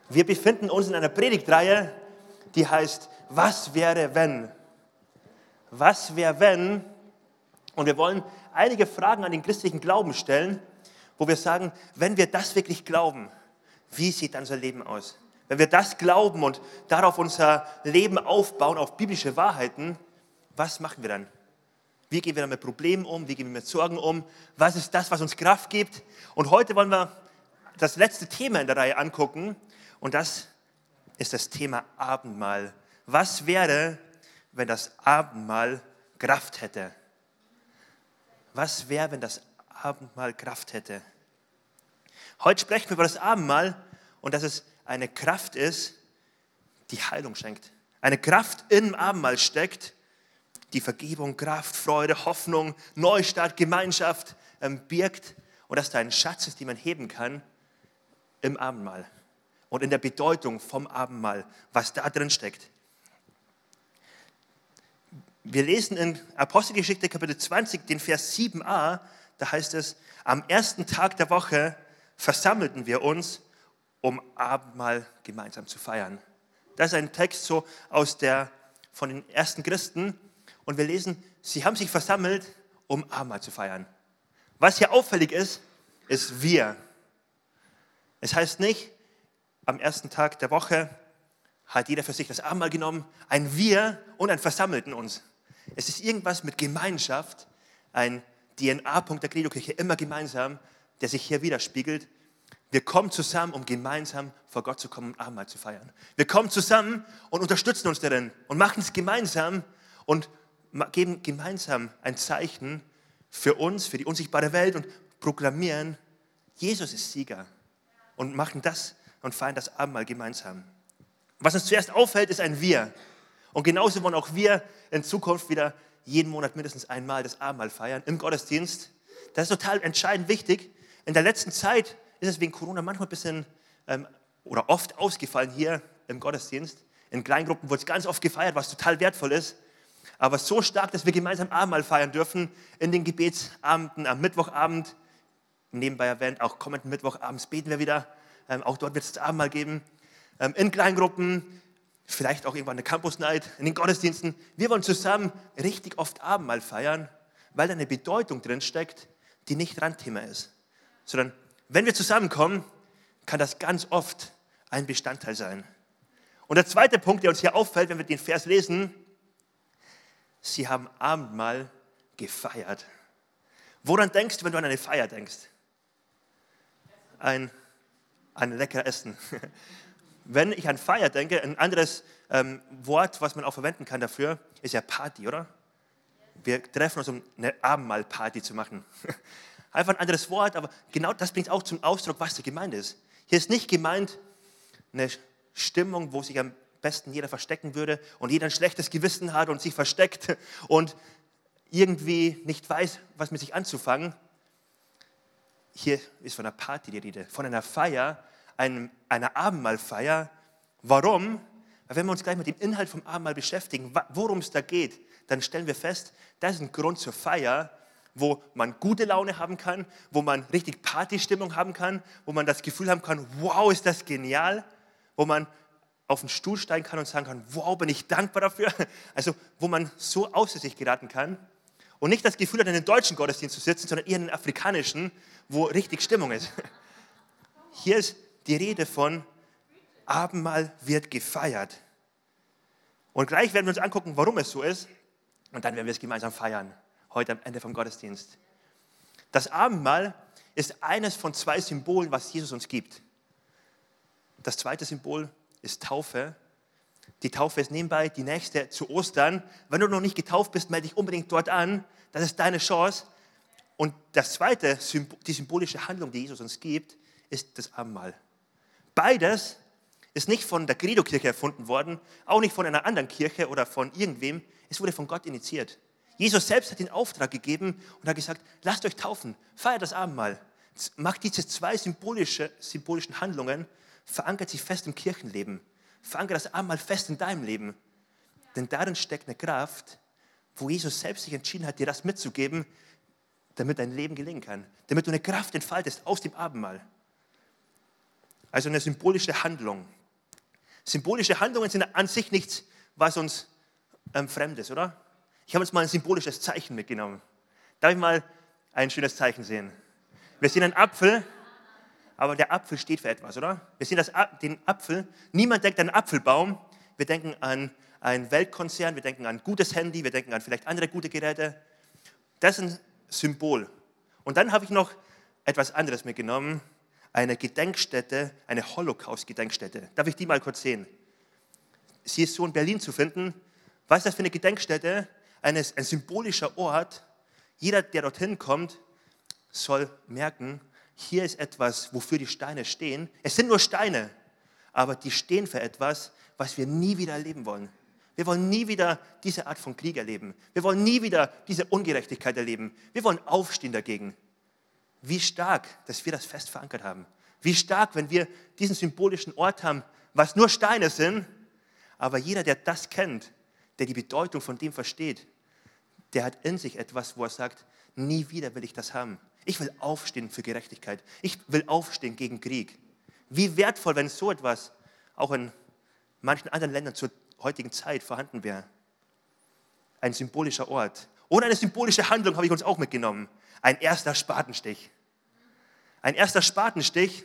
Wir befinden uns in einer Predigtreihe, die heißt, was wäre wenn? Was wäre wenn? Und wir wollen einige Fragen an den christlichen Glauben stellen, wo wir sagen, wenn wir das wirklich glauben, wie sieht dann unser Leben aus? Wenn wir das glauben und darauf unser Leben aufbauen, auf biblische Wahrheiten, was machen wir dann? Wie gehen wir dann mit Problemen um? Wie gehen wir mit Sorgen um? Was ist das, was uns Kraft gibt? Und heute wollen wir das letzte Thema in der Reihe angucken. Und das ist das Thema Abendmahl. Was wäre, wenn das Abendmahl Kraft hätte? Was wäre, wenn das Abendmahl Kraft hätte? Heute sprechen wir über das Abendmahl und dass es eine Kraft ist, die Heilung schenkt. Eine Kraft im Abendmahl steckt, die Vergebung, Kraft, Freude, Hoffnung, Neustart, Gemeinschaft birgt und dass da ein Schatz ist, den man heben kann im Abendmahl und in der Bedeutung vom Abendmahl, was da drin steckt. Wir lesen in Apostelgeschichte Kapitel 20 den Vers 7a, da heißt es, am ersten Tag der Woche versammelten wir uns, um Abendmahl gemeinsam zu feiern. Das ist ein Text so von den ersten Christen. Und wir lesen, sie haben sich versammelt, um Abendmahl zu feiern. Was hier auffällig ist, ist wir. Es heißt nicht, am ersten Tag der Woche hat jeder für sich das Abendmahl genommen, ein Wir und ein Versammelten uns. Es ist irgendwas mit Gemeinschaft, ein DNA-Punkt der Credo-Kirche, immer gemeinsam, der sich hier widerspiegelt. Wir kommen zusammen, um gemeinsam vor Gott zu kommen und Abendmahl zu feiern. Wir kommen zusammen und unterstützen uns darin und machen es gemeinsam und geben gemeinsam ein Zeichen für uns, für die unsichtbare Welt und proklamieren, Jesus ist Sieger und machen das und feiern das Abendmahl gemeinsam. Was uns zuerst auffällt, ist ein Wir. Und genauso wollen auch wir in Zukunft wieder jeden Monat mindestens einmal das Abendmahl feiern im Gottesdienst. Das ist total entscheidend wichtig. In der letzten Zeit ist es wegen Corona manchmal ein bisschen oder oft ausgefallen hier im Gottesdienst. In Kleingruppen wurde es ganz oft gefeiert, was total wertvoll ist. Aber so stark, dass wir gemeinsam Abendmahl feiern dürfen in den Gebetsabenden am Mittwochabend. Nebenbei erwähnt, auch kommenden Mittwochabends beten wir wieder. Auch dort wird es das Abendmahl geben. In Kleingruppen, vielleicht auch irgendwann eine Campus Night, in den Gottesdiensten. Wir wollen zusammen richtig oft Abendmahl feiern, weil da eine Bedeutung drin steckt, die nicht Randthema ist. Sondern wenn wir zusammenkommen, kann das ganz oft ein Bestandteil sein. Und der zweite Punkt, der uns hier auffällt, wenn wir den Vers lesen, sie haben Abendmahl gefeiert. Woran denkst du, wenn du an eine Feier denkst? Ein lecker Essen. Wenn ich an Feier denke, ein anderes Wort, was man auch verwenden kann dafür, ist ja Party, oder? Wir treffen uns, um eine Abendmahlparty zu machen. Einfach ein anderes Wort, aber genau das bringt auch zum Ausdruck, was da gemeint ist. Hier ist nicht gemeint eine Stimmung, wo sich am besten jeder verstecken würde und jeder ein schlechtes Gewissen hat und sich versteckt und irgendwie nicht weiß, was mit sich anzufangen. Hier ist von einer Party die Rede, von einer Feier, einer Abendmahlfeier. Warum? Weil wenn wir uns gleich mit dem Inhalt vom Abendmahl beschäftigen, worum es da geht, dann stellen wir fest, das ist ein Grund zur Feier, wo man gute Laune haben kann, wo man richtig Partystimmung haben kann, wo man das Gefühl haben kann, wow, ist das genial, wo man auf den Stuhl steigen kann und sagen kann, wow, bin ich dankbar dafür. Also wo man so außer sich geraten kann und nicht das Gefühl hat, in einem deutschen Gottesdienst zu sitzen, sondern eher in einem afrikanischen, wo richtig Stimmung ist. Hier ist die Rede von Abendmahl wird gefeiert. Und gleich werden wir uns angucken, warum es so ist und dann werden wir es gemeinsam feiern, heute am Ende vom Gottesdienst. Das Abendmahl ist eines von zwei Symbolen, was Jesus uns gibt. Das zweite Symbol ist Taufe. Die Taufe ist nebenbei die nächste zu Ostern. Wenn du noch nicht getauft bist, melde dich unbedingt dort an. Das ist deine Chance. Und das zweite, die symbolische Handlung, die Jesus uns gibt, ist das Abendmahl. Beides ist nicht von der Credo-Kirche erfunden worden, auch nicht von einer anderen Kirche oder von irgendwem. Es wurde von Gott initiiert. Jesus selbst hat den Auftrag gegeben und hat gesagt, lasst euch taufen, feiert das Abendmahl. Macht diese zwei symbolischen Handlungen, verankert sie fest im Kirchenleben. Verankert das Abendmahl fest in deinem Leben. Denn darin steckt eine Kraft, wo Jesus selbst sich entschieden hat, dir das mitzugeben, damit dein Leben gelingen kann. Damit du eine Kraft entfaltest aus dem Abendmahl. Also eine symbolische Handlung. Symbolische Handlungen sind an sich nichts, was uns Fremdes, oder? Ich habe uns mal ein symbolisches Zeichen mitgenommen. Darf ich mal ein schönes Zeichen sehen? Wir sehen einen Apfel, aber der Apfel steht für etwas, oder? Wir sehen den Apfel. Niemand denkt an einen Apfelbaum. Wir denken an einen Weltkonzern, wir denken an ein gutes Handy, wir denken an vielleicht andere gute Geräte. Das ist ein Symbol. Und dann habe ich noch etwas anderes mitgenommen. Eine Gedenkstätte, eine Holocaust-Gedenkstätte. Darf ich die mal kurz sehen? Sie ist so in Berlin zu finden. Was ist das für eine Gedenkstätte? Ein symbolischer Ort. Jeder, der dorthin kommt, soll merken, hier ist etwas, wofür die Steine stehen. Es sind nur Steine, aber die stehen für etwas, was wir nie wieder erleben wollen. Wir wollen nie wieder diese Art von Krieg erleben. Wir wollen nie wieder diese Ungerechtigkeit erleben. Wir wollen aufstehen dagegen. Wie stark, dass wir das fest verankert haben. Wie stark, wenn wir diesen symbolischen Ort haben, was nur Steine sind, aber jeder, der das kennt, der die Bedeutung von dem versteht, der hat in sich etwas, wo er sagt, nie wieder will ich das haben. Ich will aufstehen für Gerechtigkeit. Ich will aufstehen gegen Krieg. Wie wertvoll, wenn so etwas auch in manchen anderen Ländern zur heutigen Zeit vorhanden wäre. Ein symbolischer Ort. Oder eine symbolische Handlung habe ich uns auch mitgenommen. Ein erster Spatenstich. Ein erster Spatenstich.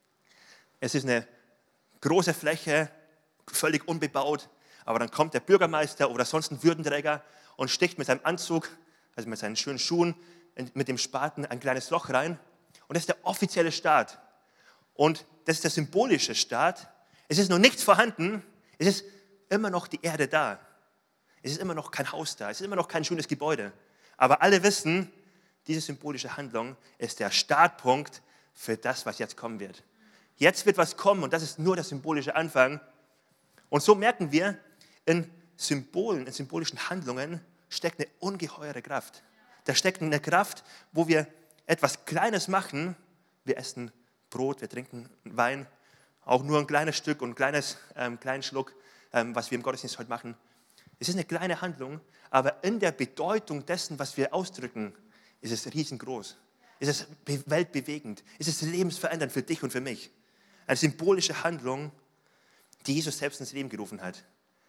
Es ist eine große Fläche, völlig unbebaut. Aber dann kommt der Bürgermeister oder sonst ein Würdenträger und sticht mit seinem Anzug, also mit seinen schönen Schuhen, mit dem Spaten ein kleines Loch rein. Und das ist der offizielle Start. Und das ist der symbolische Start. Es ist noch nichts vorhanden. Es ist immer noch die Erde da. Es ist immer noch kein Haus da. Es ist immer noch kein schönes Gebäude. Aber alle wissen, diese symbolische Handlung ist der Startpunkt für das, was jetzt kommen wird. Jetzt wird was kommen und das ist nur der symbolische Anfang. Und so merken wir, in Symbolen, in symbolischen Handlungen steckt eine ungeheure Kraft. Da steckt eine Kraft, wo wir etwas Kleines machen. Wir essen Brot, wir trinken Wein, auch nur ein kleines Stück und einen kleinen Schluck, was wir im Gottesdienst heute machen. Es ist eine kleine Handlung, aber in der Bedeutung dessen, was wir ausdrücken, ist es riesengroß. Ist es weltbewegend. Ist es lebensverändernd für dich und für mich. Eine symbolische Handlung, die Jesus selbst ins Leben gerufen hat.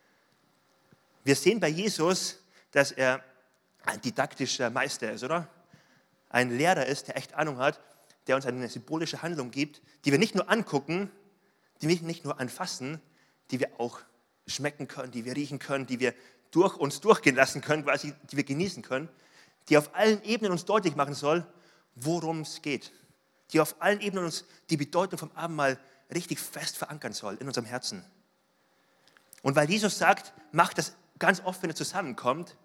Wir sehen bei Jesus, dass er ein didaktischer Meister ist, oder? Ein Lehrer ist, der echt Ahnung hat, der uns eine symbolische Handlung gibt, die wir nicht nur angucken, die wir nicht nur anfassen, die wir auch schmecken können, die wir riechen können, die wir durch uns durchgehen lassen können, quasi, die wir genießen können, die auf allen Ebenen uns deutlich machen soll, worum es geht. Die auf allen Ebenen uns die Bedeutung vom Abendmahl richtig fest verankern soll in unserem Herzen. Und weil Jesus sagt, macht das ganz oft, wenn er zusammenkommt,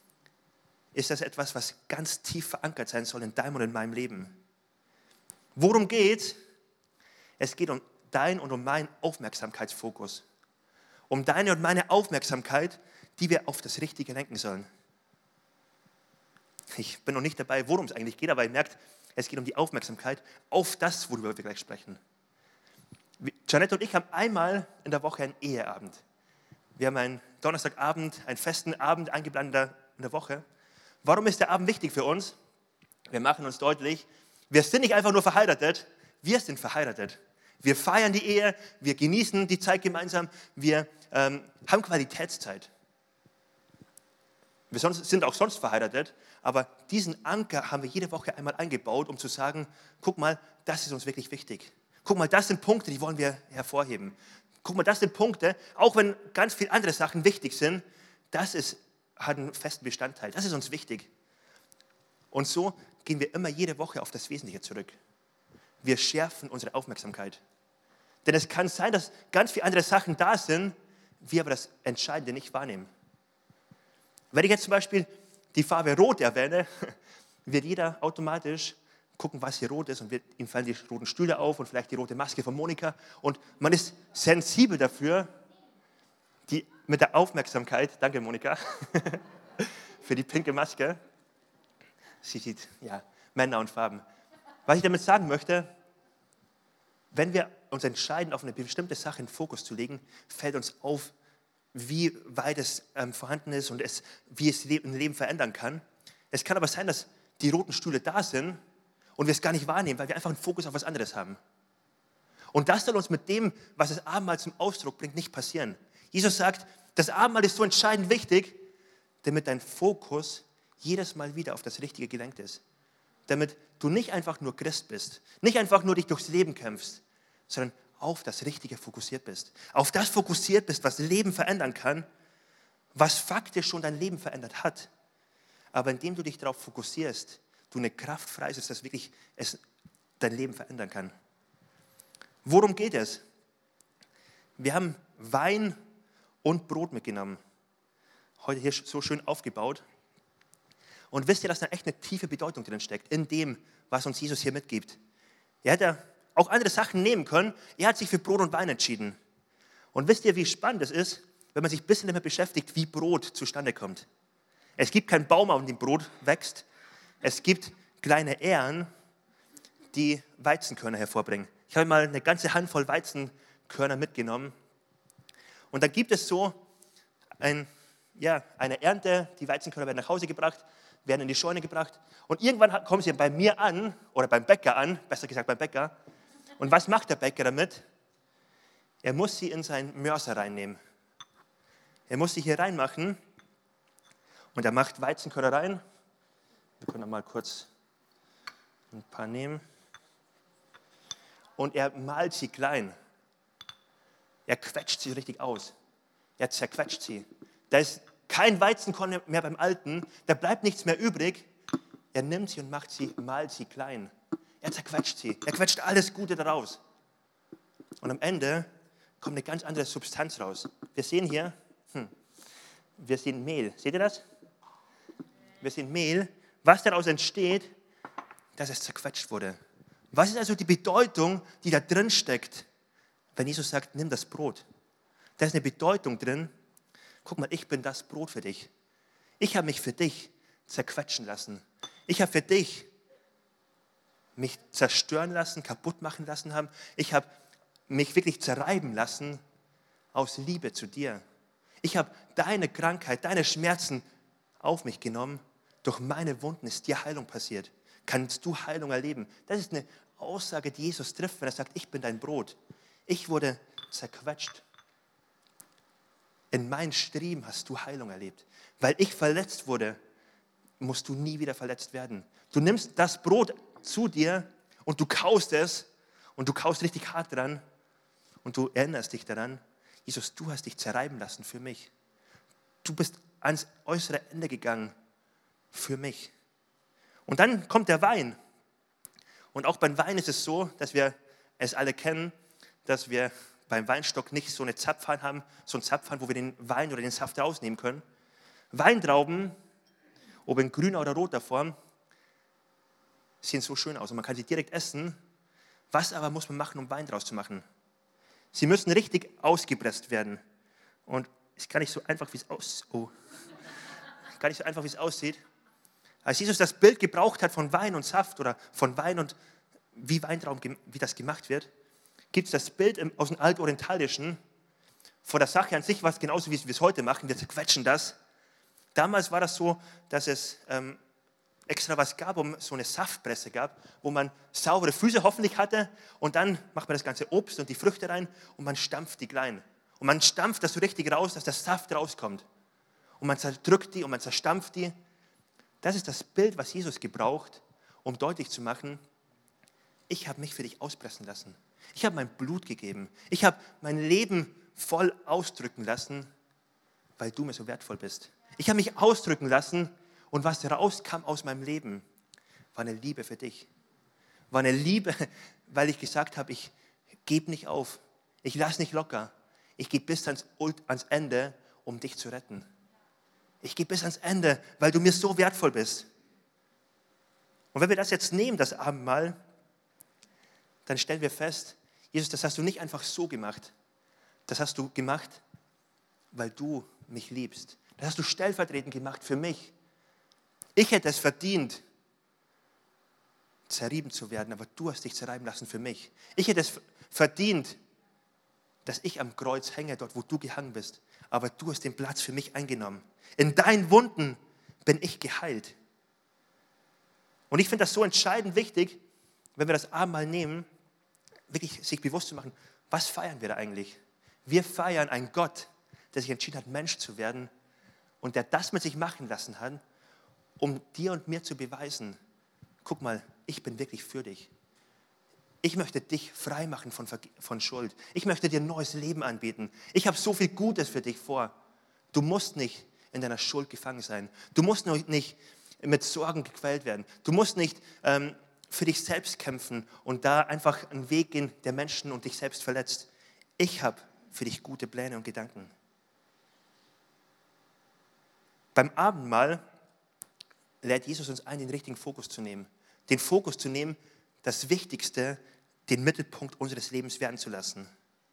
ist das etwas, was ganz tief verankert sein soll in deinem und in meinem Leben. Worum geht's? Es geht um dein und um meinen Aufmerksamkeitsfokus. Um deine und meine Aufmerksamkeit, die wir auf das Richtige lenken sollen. Ich bin noch nicht dabei, worum es eigentlich geht, aber ihr merkt, es geht um die Aufmerksamkeit auf das, worüber wir gleich sprechen. Janette und ich haben einmal in der Woche einen Eheabend. Wir haben einen Donnerstagabend, einen festen Abend eingeplant in der Woche. Warum ist der Abend wichtig für uns? Wir machen uns deutlich, wir sind nicht einfach nur verheiratet, wir sind verheiratet. Wir feiern die Ehe, wir genießen die Zeit gemeinsam, wir haben Qualitätszeit. Wir sind auch sonst verheiratet, aber diesen Anker haben wir jede Woche einmal eingebaut, um zu sagen, guck mal, das ist uns wirklich wichtig. Guck mal, das sind Punkte, die wollen wir hervorheben. Guck mal, das sind Punkte, auch wenn ganz viele andere Sachen wichtig sind, hat einen festen Bestandteil. Das ist uns wichtig. Und so gehen wir immer jede Woche auf das Wesentliche zurück. Wir schärfen unsere Aufmerksamkeit. Denn es kann sein, dass ganz viele andere Sachen da sind, wir aber das Entscheidende nicht wahrnehmen. Wenn ich jetzt zum Beispiel die Farbe Rot erwähne, wird jeder automatisch gucken, was hier rot ist und ihm fallen die roten Stühle auf und vielleicht die rote Maske von Monika und man ist sensibel dafür, mit der Aufmerksamkeit, danke Monika, für die pinke Maske. Sie sieht, ja, Männer und Farben. Was ich damit sagen möchte, wenn wir uns entscheiden, auf eine bestimmte Sache in den Fokus zu legen, fällt uns auf, wie weit es vorhanden ist und wie es ein Leben verändern kann. Es kann aber sein, dass die roten Stühle da sind und wir es gar nicht wahrnehmen, weil wir einfach einen Fokus auf was anderes haben. Und das soll uns mit dem, was das Abendmahl zum Ausdruck bringt, nicht passieren. Jesus sagt, das Abendmahl ist so entscheidend wichtig, damit dein Fokus jedes Mal wieder auf das Richtige gelenkt ist. Damit du nicht einfach nur Christ bist, nicht einfach nur dich durchs Leben kämpfst, sondern auf das Richtige fokussiert bist. Auf das fokussiert bist, was Leben verändern kann, was faktisch schon dein Leben verändert hat. Aber indem du dich darauf fokussierst, du eine Kraft freisetzt, dass wirklich es dein Leben verändern kann. Worum geht es? Wir haben Wein und Brot mitgenommen. Heute hier so schön aufgebaut. Und wisst ihr, dass da echt eine tiefe Bedeutung drin steckt, in dem, was uns Jesus hier mitgibt. Er hätte auch andere Sachen nehmen können. Er hat sich für Brot und Wein entschieden. Und wisst ihr, wie spannend es ist, wenn man sich ein bisschen damit beschäftigt, wie Brot zustande kommt. Es gibt keinen Baum, auf dem Brot wächst. Es gibt kleine Ähren, die Weizenkörner hervorbringen. Ich habe mal eine ganze Handvoll Weizenkörner mitgenommen. Und dann gibt es so eine Ernte, die Weizenkörner werden nach Hause gebracht, werden in die Scheune gebracht. Und irgendwann kommen sie bei mir an, oder beim Bäcker an, besser gesagt beim Bäcker. Und was macht der Bäcker damit? Er muss sie in seinen Mörser reinnehmen. Er muss sie hier reinmachen. Und er macht Weizenkörner rein. Wir können mal kurz ein paar nehmen. Und er malt sie klein. Er quetscht sie richtig aus. Er zerquetscht sie. Da ist kein Weizenkorn mehr beim Alten. Da bleibt nichts mehr übrig. Er nimmt sie und malt sie klein. Er zerquetscht sie. Er quetscht alles Gute daraus. Und am Ende kommt eine ganz andere Substanz raus. Wir sehen hier, wir sehen Mehl. Seht ihr das? Wir sehen Mehl. Was daraus entsteht, dass es zerquetscht wurde. Was ist also die Bedeutung, die da drin steckt, wenn Jesus sagt, nimm das Brot? Da ist eine Bedeutung drin. Guck mal, ich bin das Brot für dich. Ich habe mich für dich zerquetschen lassen. Ich habe für dich mich zerstören lassen, kaputt machen lassen haben. Ich habe mich wirklich zerreiben lassen aus Liebe zu dir. Ich habe deine Krankheit, deine Schmerzen auf mich genommen. Durch meine Wunden ist dir Heilung passiert. Kannst du Heilung erleben? Das ist eine Aussage, die Jesus trifft, wenn er sagt, ich bin dein Brot. Ich wurde zerquetscht. In meinen Striemen hast du Heilung erlebt. Weil ich verletzt wurde, musst du nie wieder verletzt werden. Du nimmst das Brot zu dir und du kaust es und du kaust richtig hart dran und du erinnerst dich daran, Jesus, du hast dich zerreiben lassen für mich. Du bist ans äußere Ende gegangen für mich. Und dann kommt der Wein. Und auch beim Wein ist es so, dass wir es alle kennen, dass wir beim Weinstock nicht so eine Zapfhahn haben, so einen Zapfhahn, wo wir den Wein oder den Saft rausnehmen können. Weintrauben, ob in grüner oder roter Form, sehen so schön aus und man kann sie direkt essen. Was aber muss man machen, um Wein draus zu machen? Sie müssen richtig ausgepresst werden. Und es ist gar nicht so einfach, wie es aussieht. Als Jesus das Bild gebraucht hat von Wein und Saft oder von Wein und wie Weintrauben, wie das gemacht wird, gibt es das Bild aus dem Altorientalischen. Vor der Sache an sich war es genauso, wie wir es heute machen. Wir zerquetschen das. Damals war das so, dass es extra was gab, so eine Saftpresse gab, wo man saubere Füße hoffentlich hatte und dann macht man das ganze Obst und die Früchte rein und man stampft die klein. Und man stampft das so richtig raus, dass der Saft rauskommt. Und man zerdrückt die und man zerstampft die. Das ist das Bild, was Jesus gebraucht, um deutlich zu machen, ich habe mich für dich auspressen lassen. Ich habe mein Blut gegeben. Ich habe mein Leben voll ausdrücken lassen, weil du mir so wertvoll bist. Ich habe mich ausdrücken lassen und was rauskam aus meinem Leben, war eine Liebe für dich. War eine Liebe, weil ich gesagt habe, ich gebe nicht auf. Ich lasse nicht locker. Ich gehe bis ans Ende, um dich zu retten. Ich gehe bis ans Ende, weil du mir so wertvoll bist. Und wenn wir das jetzt nehmen, das Abendmahl, dann stellen wir fest, Jesus, das hast du nicht einfach so gemacht. Das hast du gemacht, weil du mich liebst. Das hast du stellvertretend gemacht für mich. Ich hätte es verdient, zerrieben zu werden, aber du hast dich zerreiben lassen für mich. Ich hätte es verdient, dass ich am Kreuz hänge, dort wo du gehangen bist. Aber du hast den Platz für mich eingenommen. In deinen Wunden bin ich geheilt. Und ich finde das so entscheidend wichtig, wenn wir das Abendmahl nehmen, wirklich sich bewusst zu machen, was feiern wir da eigentlich? Wir feiern einen Gott, der sich entschieden hat, Mensch zu werden und der das mit sich machen lassen hat, um dir und mir zu beweisen, guck mal, ich bin wirklich für dich. Ich möchte dich frei machen von Schuld. Ich möchte dir ein neues Leben anbieten. Ich habe so viel Gutes für dich vor. Du musst nicht in deiner Schuld gefangen sein. Du musst nicht mit Sorgen gequält werden. Du musst nicht für dich selbst kämpfen und da einfach einen Weg gehen, der Menschen und dich selbst verletzt. Ich habe für dich gute Pläne und Gedanken. Beim Abendmahl lädt Jesus uns ein, den richtigen Fokus zu nehmen. Den Fokus zu nehmen, das Wichtigste, den Mittelpunkt unseres Lebens werden zu lassen.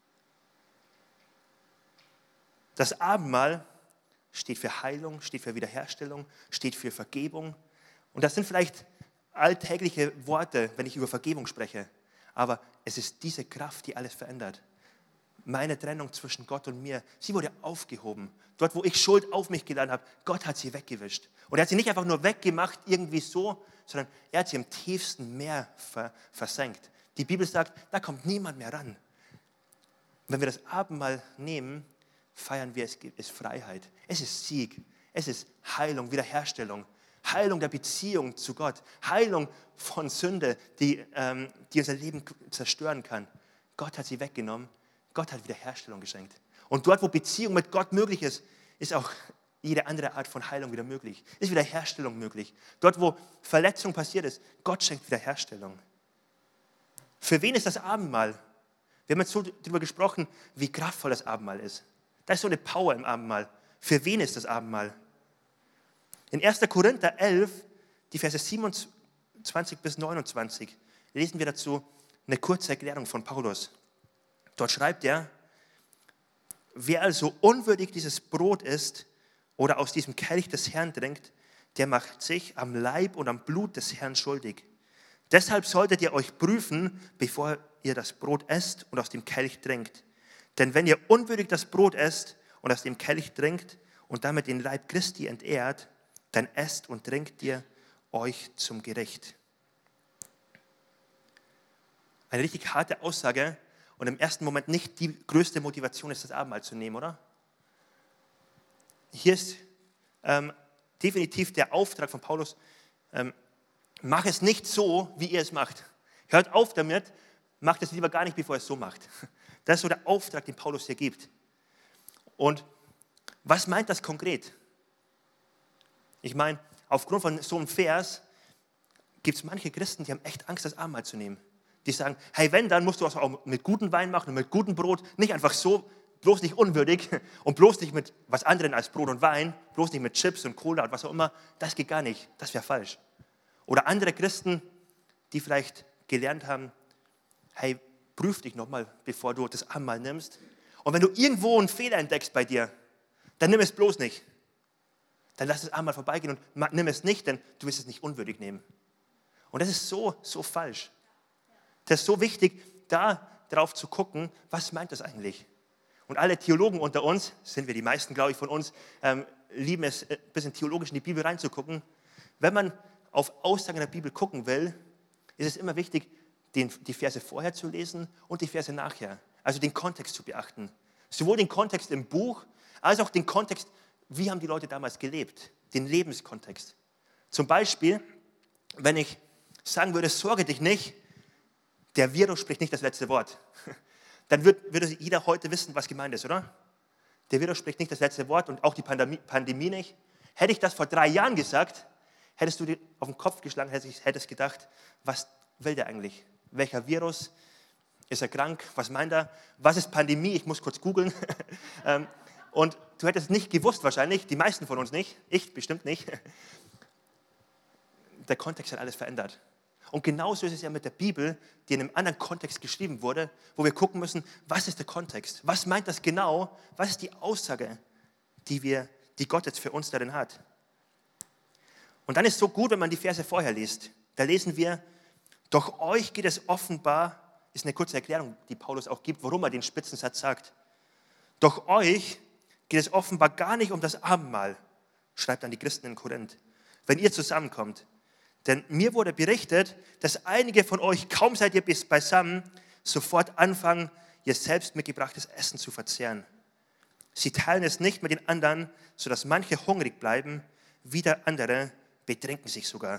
Das Abendmahl steht für Heilung, steht für Wiederherstellung, steht für Vergebung. Und das sind vielleicht alltägliche Worte, wenn ich über Vergebung spreche. Aber es ist diese Kraft, die alles verändert. Meine Trennung zwischen Gott und mir, sie wurde aufgehoben. Dort, wo ich Schuld auf mich geladen habe, Gott hat sie weggewischt. Und er hat sie nicht einfach nur weggemacht, irgendwie so, sondern er hat sie im tiefsten Meer versenkt. Die Bibel sagt, da kommt niemand mehr ran. Wenn wir das Abendmahl nehmen, feiern wir, es ist Freiheit, es ist Sieg, es ist Heilung, Wiederherstellung, Heilung der Beziehung zu Gott, Heilung von Sünde, die unser Leben zerstören kann. Gott hat sie weggenommen, Gott hat Wiederherstellung geschenkt. Und dort, wo Beziehung mit Gott möglich ist, ist auch jede andere Art von Heilung wieder möglich. Ist Wiederherstellung möglich. Dort, wo Verletzung passiert ist, Gott schenkt Wiederherstellung. Für wen ist das Abendmahl? Wir haben jetzt so darüber gesprochen, wie kraftvoll das Abendmahl ist. Da ist so eine Power im Abendmahl. Für wen ist das Abendmahl? In 1. Korinther 11, die Verse 27 bis 29, lesen wir dazu eine kurze Erklärung von Paulus. Dort schreibt er, wer also unwürdig dieses Brot isst oder aus diesem Kelch des Herrn trinkt, der macht sich am Leib und am Blut des Herrn schuldig. Deshalb solltet ihr euch prüfen, bevor ihr das Brot esst und aus dem Kelch trinkt. Denn wenn ihr unwürdig das Brot esst und aus dem Kelch trinkt und damit den Leib Christi entehrt, dann esst und trinkt ihr euch zum Gericht. Eine richtig harte Aussage und im ersten Moment nicht die größte Motivation ist, das Abendmahl zu nehmen, oder? Hier ist definitiv der Auftrag von Paulus, mach es nicht so, wie ihr es macht. Hört auf damit, macht es lieber gar nicht, bevor ihr es so macht. Das ist so der Auftrag, den Paulus hier gibt. Und was meint das konkret? Ich meine, aufgrund von so einem Vers gibt es manche Christen, die haben echt Angst, das Abendmahl zu nehmen. Die sagen, hey, wenn, dann musst du das auch mit gutem Wein machen und mit gutem Brot, nicht einfach so, bloß nicht unwürdig und bloß nicht mit was anderem als Brot und Wein, bloß nicht mit Chips und Cola und was auch immer. Das geht gar nicht, das wäre falsch. Oder andere Christen, die vielleicht gelernt haben, hey, prüf dich nochmal, bevor du das Abendmahl nimmst. Und wenn du irgendwo einen Fehler entdeckst bei dir, dann nimm es bloß nicht. Dann lass das Abendmahl vorbeigehen und nimm es nicht, denn du wirst es nicht unwürdig nehmen. Und das ist so falsch. Das ist so wichtig, da drauf zu gucken, was meint das eigentlich? Und alle Theologen unter uns, sind wir die meisten, glaube ich, von uns, lieben es, ein bisschen theologisch in die Bibel reinzugucken. Wenn man auf Aussagen der Bibel gucken will, ist es immer wichtig, die Verse vorher zu lesen und die Verse nachher. Also den Kontext zu beachten. Sowohl den Kontext im Buch, als auch den Kontext, wie haben die Leute damals gelebt. Den Lebenskontext. Zum Beispiel, wenn ich sagen würde, sorge dich nicht, der Virus spricht nicht das letzte Wort. Dann würde jeder heute wissen, was gemeint ist, oder? Der Virus spricht nicht das letzte Wort und auch die Pandemie nicht. Hätte ich das vor 3 Jahren gesagt, hättest du dir auf den Kopf geschlagen, hättest gedacht, was will der eigentlich? Welcher Virus? Ist er krank? Was meint er? Was ist Pandemie? Ich muss kurz googeln. Und du hättest nicht gewusst wahrscheinlich, die meisten von uns nicht, ich bestimmt nicht. Der Kontext hat alles verändert. Und genauso ist es ja mit der Bibel, die in einem anderen Kontext geschrieben wurde, wo wir gucken müssen, was ist der Kontext? Was meint das genau? Was ist die Aussage, die Gott jetzt für uns darin hat? Und dann ist es so gut, wenn man die Verse vorher liest. Da lesen wir, doch euch geht es offenbar, ist eine kurze Erklärung, die Paulus auch gibt, warum er den Spitzensatz sagt. Doch euch geht es offenbar gar nicht um das Abendmahl, schreibt an die Christen in Korinth, wenn ihr zusammenkommt. Denn mir wurde berichtet, dass einige von euch, kaum seid ihr beisammen, sofort anfangen, ihr selbst mitgebrachtes Essen zu verzehren. Sie teilen es nicht mit den anderen, sodass manche hungrig bleiben, wieder andere betrinken sich sogar.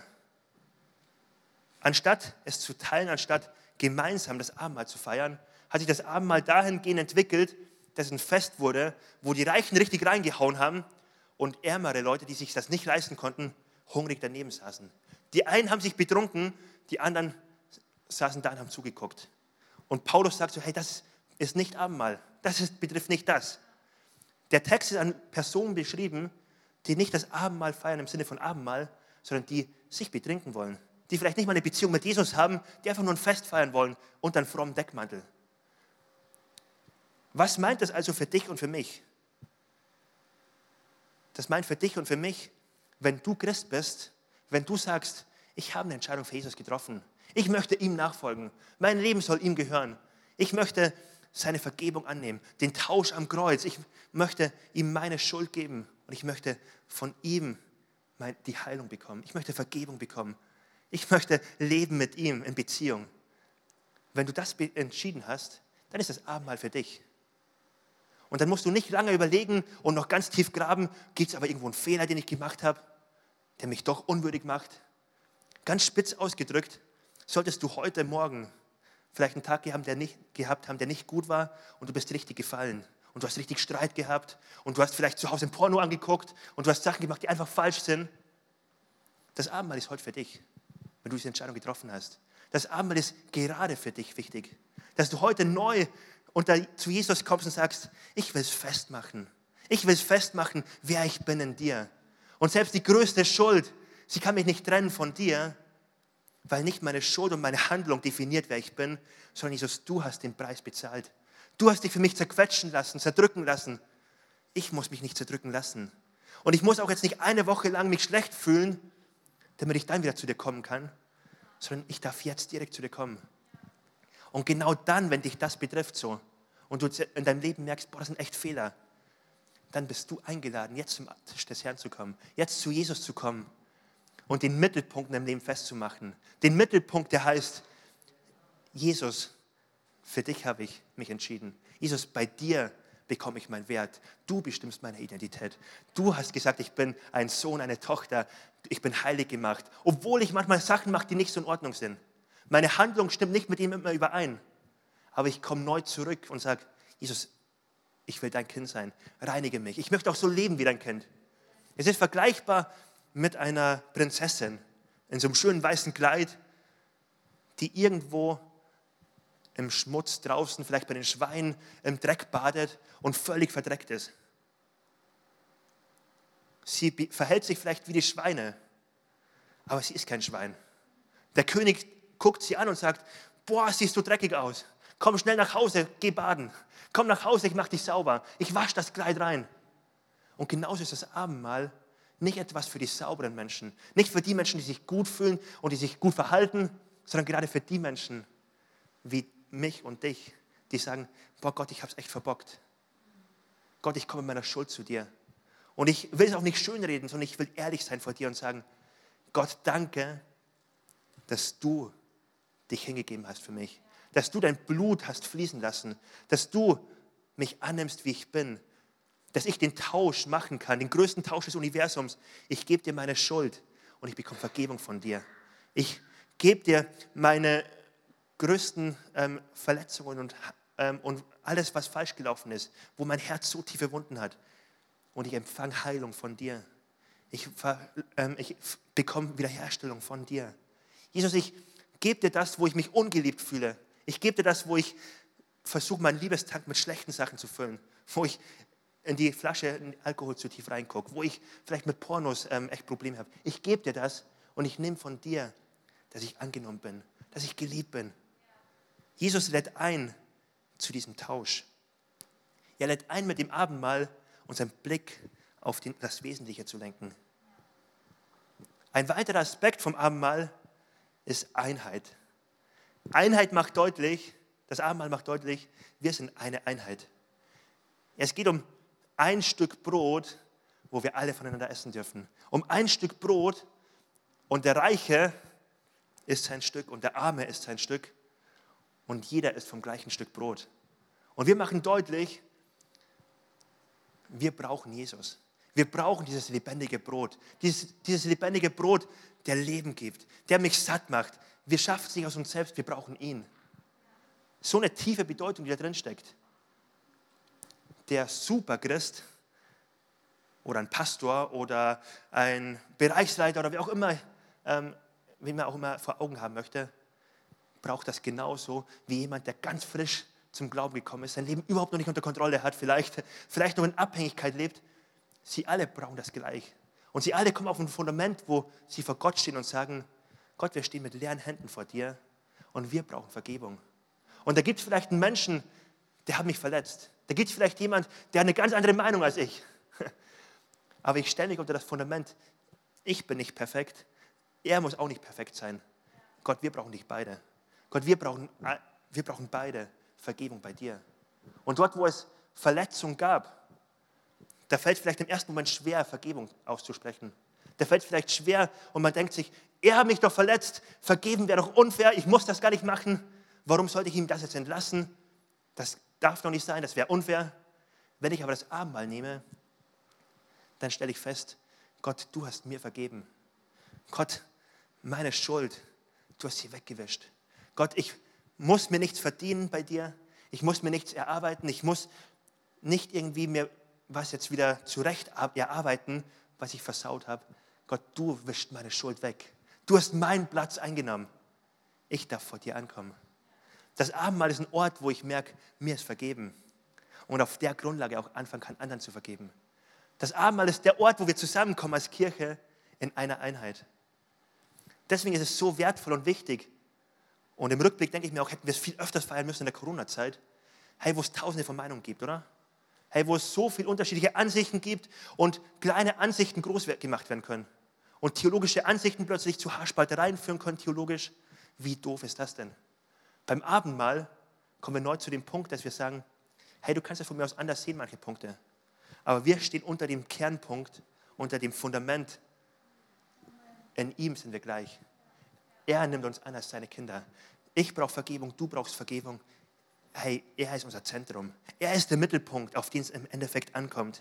Anstatt es zu teilen, anstatt gemeinsam das Abendmahl zu feiern, hat sich das Abendmahl dahingehend entwickelt, dass es ein Fest wurde, wo die Reichen richtig reingehauen haben und ärmere Leute, die sich das nicht leisten konnten, hungrig daneben saßen. Die einen haben sich betrunken, die anderen saßen da und haben zugeguckt. Und Paulus sagt so, hey, das ist nicht Abendmahl, betrifft nicht das. Der Text ist an Personen beschrieben, die nicht das Abendmahl feiern im Sinne von Abendmahl, sondern die sich betrinken wollen. Die vielleicht nicht mal eine Beziehung mit Jesus haben, die einfach nur ein Fest feiern wollen unter einem frommen Deckmantel. Was meint das also für dich und für mich? Das meint für dich und für mich, wenn du Christ bist, wenn du sagst, ich habe eine Entscheidung für Jesus getroffen. Ich möchte ihm nachfolgen. Mein Leben soll ihm gehören. Ich möchte seine Vergebung annehmen, den Tausch am Kreuz. Ich möchte ihm meine Schuld geben und ich möchte von ihm die Heilung bekommen. Ich möchte Vergebung bekommen. Ich möchte leben mit ihm in Beziehung. Wenn du das entschieden hast, dann ist das Abendmahl für dich. Und dann musst du nicht lange überlegen und noch ganz tief graben, gibt es aber irgendwo einen Fehler, den ich gemacht habe, der mich doch unwürdig macht. Ganz spitz ausgedrückt, solltest du heute Morgen vielleicht einen Tag gehabt haben, der nicht gut war und du bist richtig gefallen und du hast richtig Streit gehabt und du hast vielleicht zu Hause ein Porno angeguckt und du hast Sachen gemacht, die einfach falsch sind. Das Abendmahl ist heute für dich, wenn du diese Entscheidung getroffen hast. Das Abendmahl ist gerade für dich wichtig, dass du heute neu zu Jesus kommst und sagst, ich will es festmachen. Ich will es festmachen, wer ich bin in dir. Und selbst die größte Schuld, sie kann mich nicht trennen von dir, weil nicht meine Schuld und meine Handlung definiert, wer ich bin, sondern Jesus, du hast den Preis bezahlt. Du hast dich für mich zerquetschen lassen, zerdrücken lassen. Ich muss mich nicht zerdrücken lassen. Und ich muss auch jetzt nicht eine Woche lang mich schlecht fühlen, damit ich dann wieder zu dir kommen kann, sondern ich darf jetzt direkt zu dir kommen. Und genau dann, wenn dich das betrifft so und du in deinem Leben merkst, boah, das sind echt Fehler, dann bist du eingeladen, jetzt zum Tisch des Herrn zu kommen, jetzt zu Jesus zu kommen und den Mittelpunkt in deinem Leben festzumachen. Den Mittelpunkt, der heißt, Jesus, für dich habe ich mich entschieden. Jesus, bei dir bekomme ich meinen Wert. Du bestimmst meine Identität. Du hast gesagt, ich bin ein Sohn, eine Tochter. Ich bin heilig gemacht. Obwohl ich manchmal Sachen mache, die nicht so in Ordnung sind. Meine Handlung stimmt nicht mit ihm immer überein. Aber ich komme neu zurück und sage, Jesus, ich will dein Kind sein. Reinige mich. Ich möchte auch so leben wie dein Kind. Es ist vergleichbar mit einer Prinzessin in so einem schönen weißen Kleid, die irgendwo im Schmutz draußen, vielleicht bei den Schweinen, im Dreck badet und völlig verdreckt ist. Sie verhält sich vielleicht wie die Schweine, aber sie ist kein Schwein. Der König guckt sie an und sagt, boah, siehst du dreckig aus. Komm schnell nach Hause, geh baden. Komm nach Hause, ich mach dich sauber. Ich wasche das Kleid rein. Und genauso ist das Abendmahl nicht etwas für die sauberen Menschen. Nicht für die Menschen, die sich gut fühlen und die sich gut verhalten, sondern gerade für die Menschen wie mich und dich, die sagen, boah Gott, ich habe es echt verbockt. Gott, ich komme mit meiner Schuld zu dir. Und ich will es auch nicht schönreden, sondern ich will ehrlich sein vor dir und sagen, Gott, danke, dass du dich hingegeben hast für mich. Dass du dein Blut hast fließen lassen. Dass du mich annimmst, wie ich bin. Dass ich den Tausch machen kann, den größten Tausch des Universums. Ich gebe dir meine Schuld und ich bekomme Vergebung von dir. Ich gebe dir meine größten Verletzungen und alles, was falsch gelaufen ist, wo mein Herz so tiefe Wunden hat. Und ich empfange Heilung von dir. Ich bekomme Wiederherstellung von dir. Jesus, ich gebe dir das, wo ich mich ungeliebt fühle. Ich gebe dir das, wo ich versuche, meinen Liebestank mit schlechten Sachen zu füllen. Wo ich in die Flasche in Alkohol zu tief reingucke. Wo ich vielleicht mit Pornos echt Probleme habe. Ich gebe dir das und ich nehme von dir, dass ich angenommen bin. Dass ich geliebt bin. Jesus lädt ein zu diesem Tausch. Er lädt ein, mit dem Abendmahl unseren Blick auf das Wesentliche zu lenken. Ein weiterer Aspekt vom Abendmahl ist Einheit. Einheit macht deutlich, das Abendmahl macht deutlich, wir sind eine Einheit. Es geht um ein Stück Brot, wo wir alle voneinander essen dürfen. Um ein Stück Brot und der Reiche isst sein Stück und der Arme isst sein Stück. und jeder isst vom gleichen Stück Brot. Und wir machen deutlich, wir brauchen Jesus. Wir brauchen dieses lebendige Brot. Dieses lebendige Brot, der Leben gibt, der mich satt macht. Wir schaffen es nicht aus uns selbst, wir brauchen ihn. So eine tiefe Bedeutung, die da drin steckt. Der Superchrist oder ein Pastor oder ein Bereichsleiter oder wie auch immer, wen man auch immer vor Augen haben möchte, braucht das genauso wie jemand, der ganz frisch zum Glauben gekommen ist, sein Leben überhaupt noch nicht unter Kontrolle hat, vielleicht noch in Abhängigkeit lebt. Sie alle brauchen das gleich. Und sie alle kommen auf ein Fundament, wo sie vor Gott stehen und sagen, Gott, wir stehen mit leeren Händen vor dir und wir brauchen Vergebung. Und da gibt es vielleicht einen Menschen, der hat mich verletzt. Da gibt es vielleicht jemand, der hat eine ganz andere Meinung als ich. Aber ich stelle mich unter das Fundament, ich bin nicht perfekt, er muss auch nicht perfekt sein. Gott, wir brauchen dich beide. Gott, wir brauchen beide Vergebung bei dir. Und dort, wo es Verletzung gab, da fällt es vielleicht im ersten Moment schwer, Vergebung auszusprechen. Da fällt es vielleicht schwer und man denkt sich, er hat mich doch verletzt, vergeben wäre doch unfair, ich muss das gar nicht machen. Warum sollte ich ihm das jetzt entlassen? Das darf doch nicht sein, das wäre unfair. Wenn ich aber das Abendmahl nehme, dann stelle ich fest, Gott, du hast mir vergeben. Gott, meine Schuld, du hast sie weggewischt. Gott, ich muss mir nichts verdienen bei dir. Ich muss mir nichts erarbeiten. Ich muss nicht irgendwie mir was jetzt wieder zurecht erarbeiten, was ich versaut habe. Gott, du wischst meine Schuld weg. Du hast meinen Platz eingenommen. Ich darf vor dir ankommen. Das Abendmahl ist ein Ort, wo ich merke, mir ist vergeben. Und auf der Grundlage auch anfangen kann, anderen zu vergeben. Das Abendmahl ist der Ort, wo wir zusammenkommen als Kirche in einer Einheit. Deswegen ist es so wertvoll und wichtig. Und im Rückblick denke ich mir auch, hätten wir es viel öfters feiern müssen in der Corona-Zeit. Hey, wo es tausende von Meinungen gibt, oder? Hey, wo es so viele unterschiedliche Ansichten gibt und kleine Ansichten groß gemacht werden können. Und theologische Ansichten plötzlich zu Haarspaltereien führen können, theologisch. Wie doof ist das denn? Beim Abendmahl kommen wir neu zu dem Punkt, dass wir sagen, hey, du kannst ja von mir aus anders sehen, manche Punkte. Aber wir stehen unter dem Kernpunkt, unter dem Fundament. In ihm sind wir gleich. Er nimmt uns an als seine Kinder. Ich brauche Vergebung, du brauchst Vergebung. Hey, er ist unser Zentrum. Er ist der Mittelpunkt, auf den es im Endeffekt ankommt.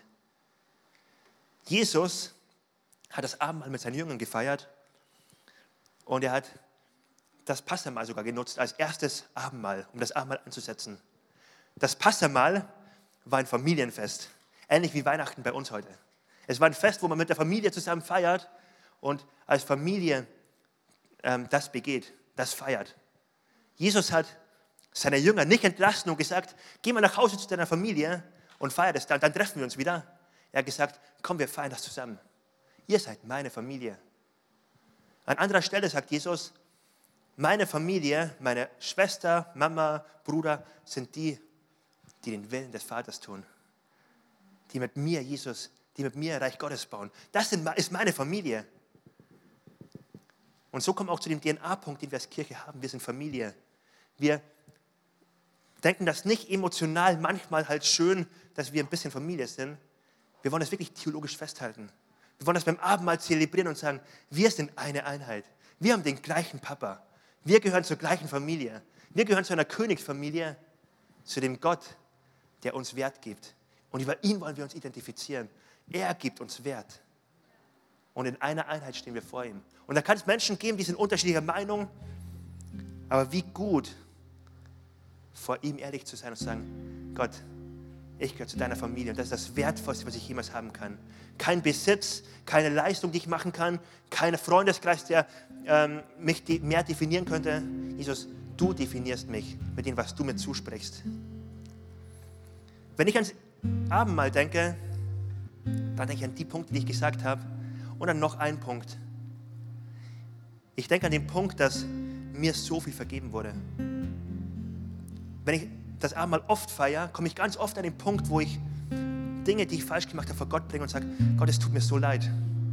Jesus hat das Abendmahl mit seinen Jüngern gefeiert und er hat das Passamahl sogar genutzt als erstes Abendmahl, um das Abendmahl anzusetzen. Das Passamahl war ein Familienfest, ähnlich wie Weihnachten bei uns heute. Es war ein Fest, wo man mit der Familie zusammen feiert und als Familie das begeht, das feiert. Jesus hat seine Jünger nicht entlassen und gesagt, geh mal nach Hause zu deiner Familie und feier das dann treffen wir uns wieder. Er hat gesagt, komm, wir feiern das zusammen. Ihr seid meine Familie. An anderer Stelle sagt Jesus, meine Familie, meine Schwester, Mama, Bruder sind die, die den Willen des Vaters tun. Die mit mir, Jesus, die mit mir Reich Gottes bauen. Das ist meine Familie. Und so kommen wir auch zu dem DNA-Punkt, den wir als Kirche haben. Wir sind Familie. Wir denken das nicht emotional manchmal halt schön, dass wir ein bisschen Familie sind. Wir wollen das wirklich theologisch festhalten. Wir wollen das beim Abendmahl zelebrieren und sagen, wir sind eine Einheit. Wir haben den gleichen Papa. Wir gehören zur gleichen Familie. Wir gehören zu einer Königsfamilie, zu dem Gott, der uns Wert gibt. Und über ihn wollen wir uns identifizieren. Er gibt uns Wert. Und in einer Einheit stehen wir vor ihm. Und da kann es Menschen geben, die sind unterschiedlicher Meinung. Aber wie gut, vor ihm ehrlich zu sein und zu sagen, Gott, ich gehöre zu deiner Familie und das ist das Wertvollste, was ich jemals haben kann. Kein Besitz, keine Leistung, die ich machen kann, kein Freundeskreis, der mich mehr definieren könnte. Jesus, du definierst mich mit dem, was du mir zusprichst. Wenn ich ans Abendmahl denke, dann denke ich an die Punkte, die ich gesagt habe und an noch einen Punkt. Ich denke an den Punkt, dass mir so viel vergeben wurde. Wenn ich das Abendmahl oft feiere, komme ich ganz oft an den Punkt, wo ich Dinge, die ich falsch gemacht habe, vor Gott bringe und sage, Gott, es tut mir so leid.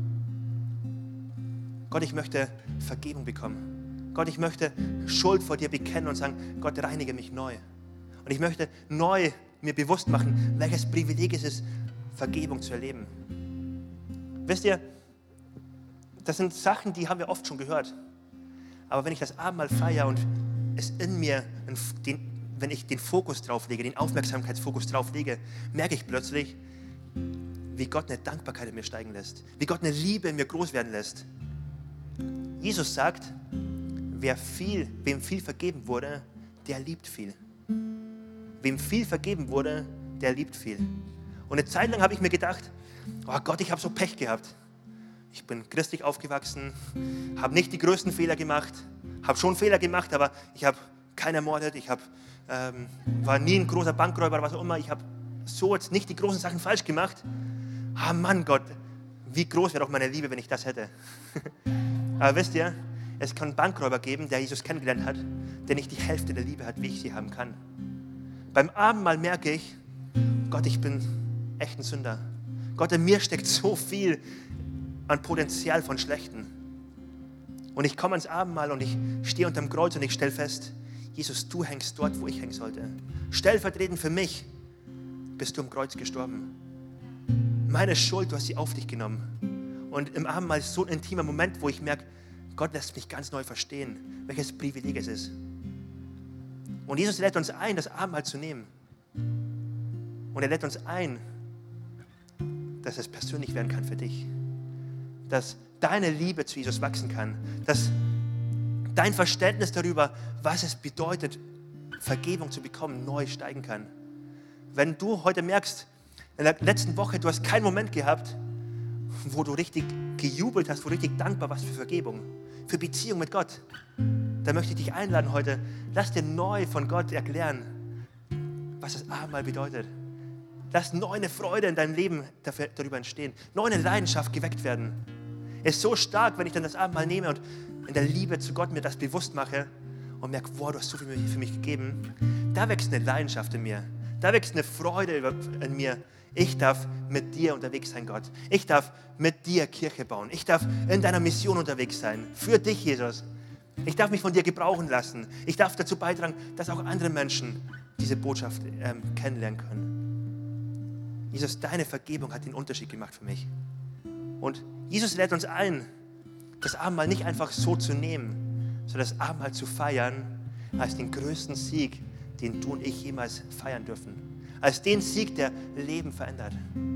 Gott, ich möchte Vergebung bekommen. Gott, ich möchte Schuld vor dir bekennen und sagen, Gott, reinige mich neu. Und ich möchte neu mir bewusst machen, welches Privileg es ist, Vergebung zu erleben. Wisst ihr, das sind Sachen, die haben wir oft schon gehört. Aber wenn ich das Abendmahl feiere und es in mir, wenn ich den Fokus drauf lege, den Aufmerksamkeitsfokus drauf lege, merke ich plötzlich, wie Gott eine Dankbarkeit in mir steigen lässt, wie Gott eine Liebe in mir groß werden lässt. Jesus sagt, wem viel vergeben wurde, der liebt viel. Wem viel vergeben wurde, der liebt viel. Und eine Zeit lang habe ich mir gedacht, oh Gott, ich habe so Pech gehabt. Ich bin christlich aufgewachsen, habe nicht die größten Fehler gemacht, habe schon Fehler gemacht, aber ich habe keinen ermordet, war nie ein großer Bankräuber oder was auch immer. Ich habe so jetzt nicht die großen Sachen falsch gemacht. Ah Mann Gott, wie groß wäre doch meine Liebe, wenn ich das hätte. Aber wisst ihr, es kann einen Bankräuber geben, der Jesus kennengelernt hat, der nicht die Hälfte der Liebe hat, wie ich sie haben kann. Beim Abendmahl merke ich, Gott, ich bin echt ein Sünder. Gott, in mir steckt so viel an Potenzial von Schlechten. Und ich komme ans Abendmahl und ich stehe unterm Kreuz und ich stelle fest, Jesus, du hängst dort, wo ich hängen sollte. Stellvertretend für mich bist du am Kreuz gestorben. Meine Schuld, du hast sie auf dich genommen. Und im Abendmahl ist so ein intimer Moment, wo ich merke, Gott lässt mich ganz neu verstehen, welches Privileg es ist. Und Jesus lädt uns ein, das Abendmahl zu nehmen. Und er lädt uns ein, dass es persönlich werden kann für dich. Dass deine Liebe zu Jesus wachsen kann. Dass dein Verständnis darüber, was es bedeutet, Vergebung zu bekommen, neu steigen kann. Wenn du heute merkst, in der letzten Woche, du hast keinen Moment gehabt, wo du richtig gejubelt hast, wo du richtig dankbar warst für Vergebung, für Beziehung mit Gott, dann möchte ich dich einladen heute, lass dir neu von Gott erklären, was das Abendmahl bedeutet. Lass neu eine Freude in deinem Leben darüber entstehen, neu eine Leidenschaft geweckt werden. Es ist so stark, wenn ich dann das Abendmahl nehme und in der Liebe zu Gott mir das bewusst mache und merke, wow, du hast so viel für mich gegeben. Da wächst eine Leidenschaft in mir. Da wächst eine Freude in mir. Ich darf mit dir unterwegs sein, Gott. Ich darf mit dir Kirche bauen. Ich darf in deiner Mission unterwegs sein. Für dich, Jesus. Ich darf mich von dir gebrauchen lassen. Ich darf dazu beitragen, dass auch andere Menschen diese Botschaft kennenlernen können. Jesus, deine Vergebung hat den Unterschied gemacht für mich. Und Jesus lädt uns ein, das Abendmahl nicht einfach so zu nehmen, sondern das Abendmahl zu feiern als den größten Sieg, den du und ich jemals feiern dürfen. Als den Sieg, der Leben verändert.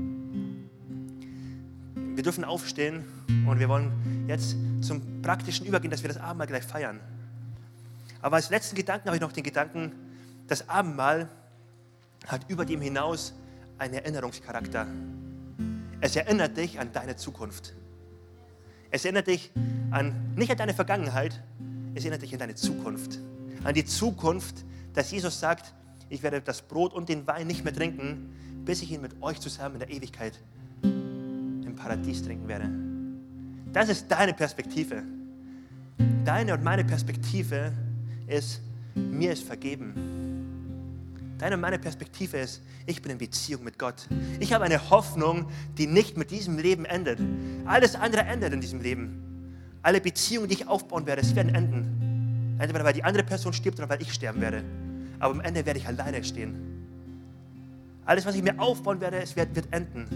Wir dürfen aufstehen und wir wollen jetzt zum Praktischen übergehen, dass wir das Abendmahl gleich feiern. Aber als letzten Gedanken habe ich noch den Gedanken, das Abendmahl hat über dem hinaus einen Erinnerungscharakter. Es erinnert dich an deine Zukunft. Es erinnert dich nicht an deine Vergangenheit, es erinnert dich an deine Zukunft. An die Zukunft, dass Jesus sagt, ich werde das Brot und den Wein nicht mehr trinken, bis ich ihn mit euch zusammen in der Ewigkeit im Paradies trinken werde. Das ist deine Perspektive. Deine und meine Perspektive ist, mir ist vergeben. Deine und meine Perspektive ist, ich bin in Beziehung mit Gott. Ich habe eine Hoffnung, die nicht mit diesem Leben endet. Alles andere endet in diesem Leben. Alle Beziehungen, die ich aufbauen werde, sie werden enden. Entweder weil die andere Person stirbt oder weil ich sterben werde. Aber am Ende werde ich alleine stehen. Alles, was ich mir aufbauen werde, es wird enden.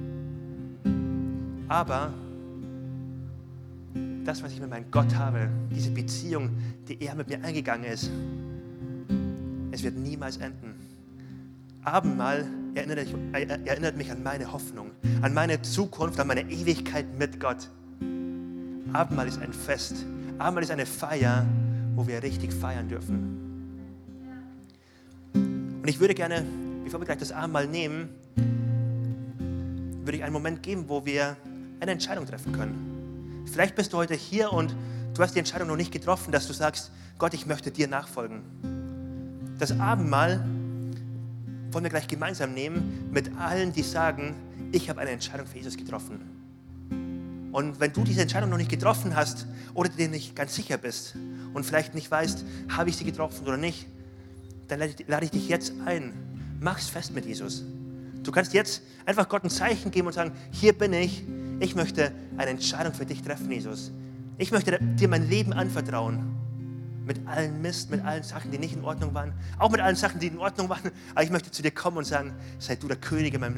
Aber das, was ich mit meinem Gott habe, diese Beziehung, die er mit mir eingegangen ist, es wird niemals enden. Abendmahl erinnert mich an meine Hoffnung, an meine Zukunft, an meine Ewigkeit mit Gott. Abendmahl ist ein Fest. Abendmahl ist eine Feier, wo wir richtig feiern dürfen. Und ich würde gerne, bevor wir gleich das Abendmahl nehmen, würde ich einen Moment geben, wo wir eine Entscheidung treffen können. Vielleicht bist du heute hier und du hast die Entscheidung noch nicht getroffen, dass du sagst, Gott, ich möchte dir nachfolgen. Das Abendmahl wollen wir gleich gemeinsam nehmen mit allen, die sagen, ich habe eine Entscheidung für Jesus getroffen. Und wenn du diese Entscheidung noch nicht getroffen hast oder dir nicht ganz sicher bist und vielleicht nicht weißt, habe ich sie getroffen oder nicht, dann lade ich dich jetzt ein. Mach's fest mit Jesus. Du kannst jetzt einfach Gott ein Zeichen geben und sagen, hier bin ich. Ich möchte eine Entscheidung für dich treffen, Jesus. Ich möchte dir mein Leben anvertrauen. Mit allen Mist, mit allen Sachen, die nicht in Ordnung waren. Auch mit allen Sachen, die in Ordnung waren. Aber ich möchte zu dir kommen und sagen, sei du der König in meinem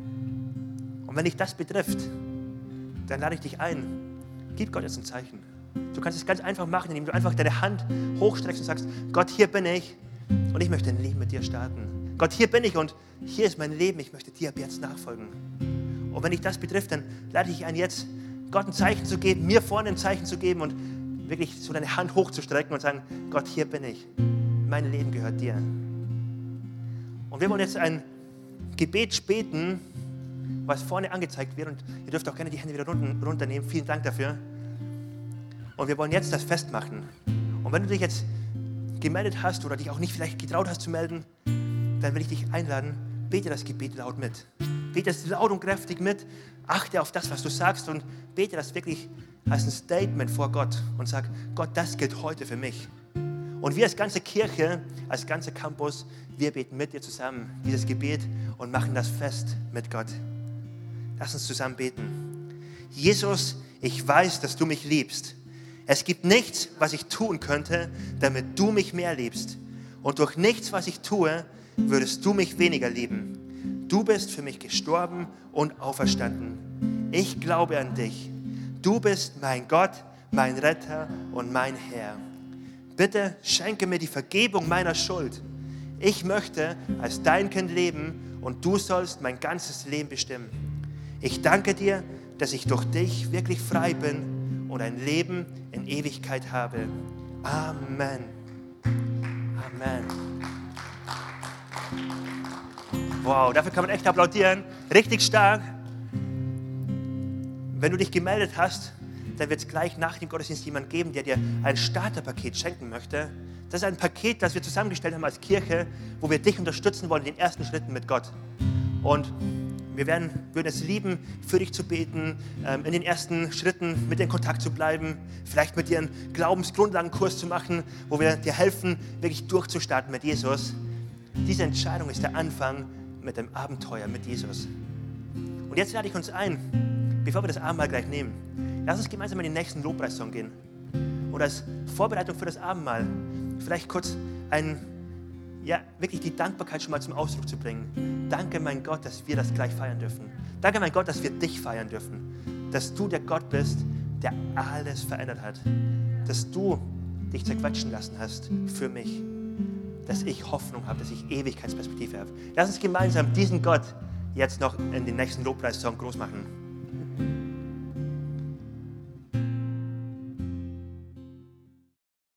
Leben. Und wenn dich das betrifft, dann lade ich dich ein. Gib Gott jetzt ein Zeichen. Du kannst es ganz einfach machen, indem du einfach deine Hand hochstreckst und sagst, Gott, hier bin ich und ich möchte ein Leben mit dir starten. Gott, hier bin ich und hier ist mein Leben, ich möchte dir ab jetzt nachfolgen. Und wenn dich das betrifft, dann lade ich dich ein, jetzt Gott ein Zeichen zu geben, mir vorne ein Zeichen zu geben und wirklich so deine Hand hochzustrecken und sagen, Gott, hier bin ich. Mein Leben gehört dir. Und wir wollen jetzt ein Gebet beten, was vorne angezeigt wird. Und ihr dürft auch gerne die Hände wieder runternehmen. Vielen Dank dafür. Und wir wollen jetzt das festmachen. Und wenn du dich jetzt gemeldet hast oder dich auch nicht vielleicht getraut hast zu melden, dann will ich dich einladen, bete das Gebet laut mit. Bete es laut und kräftig mit. Achte auf das, was du sagst und bete das wirklich als ein Statement vor Gott und sag, Gott, das gilt heute für mich. Und wir als ganze Kirche, als ganzer Campus, wir beten mit dir zusammen dieses Gebet und machen das fest mit Gott. Lass uns zusammen beten. Jesus, ich weiß, dass du mich liebst. Es gibt nichts, was ich tun könnte, damit du mich mehr liebst. Und durch nichts, was ich tue, würdest du mich weniger lieben. Du bist für mich gestorben und auferstanden. Ich glaube an dich. Du bist mein Gott, mein Retter und mein Herr. Bitte schenke mir die Vergebung meiner Schuld. Ich möchte als dein Kind leben und du sollst mein ganzes Leben bestimmen. Ich danke dir, dass ich durch dich wirklich frei bin und ein Leben in Ewigkeit habe. Amen. Amen. Wow, dafür kann man echt applaudieren. Richtig stark. Wenn du dich gemeldet hast, dann wird es gleich nach dem Gottesdienst jemand geben, der dir ein Starterpaket schenken möchte. Das ist ein Paket, das wir zusammengestellt haben als Kirche, wo wir dich unterstützen wollen in den ersten Schritten mit Gott. Und wir würden es lieben, für dich zu beten, in den ersten Schritten mit dir in Kontakt zu bleiben, vielleicht mit dir einen Glaubensgrundlagenkurs zu machen, wo wir dir helfen, wirklich durchzustarten mit Jesus. Diese Entscheidung ist der Anfang mit dem Abenteuer mit Jesus. Und jetzt lade ich uns ein, bevor wir das Abendmahl gleich nehmen, lass uns gemeinsam in den nächsten Lobpreissong gehen. Und als Vorbereitung für das Abendmahl vielleicht kurz wirklich die Dankbarkeit schon mal zum Ausdruck zu bringen. Danke, mein Gott, dass wir das gleich feiern dürfen. Danke, mein Gott, dass wir dich feiern dürfen. Dass du der Gott bist, der alles verändert hat. Dass du dich zerquetschen lassen hast für mich. Dass ich Hoffnung habe, dass ich Ewigkeitsperspektive habe. Lass uns gemeinsam diesen Gott jetzt noch in den nächsten Lobpreissong groß machen.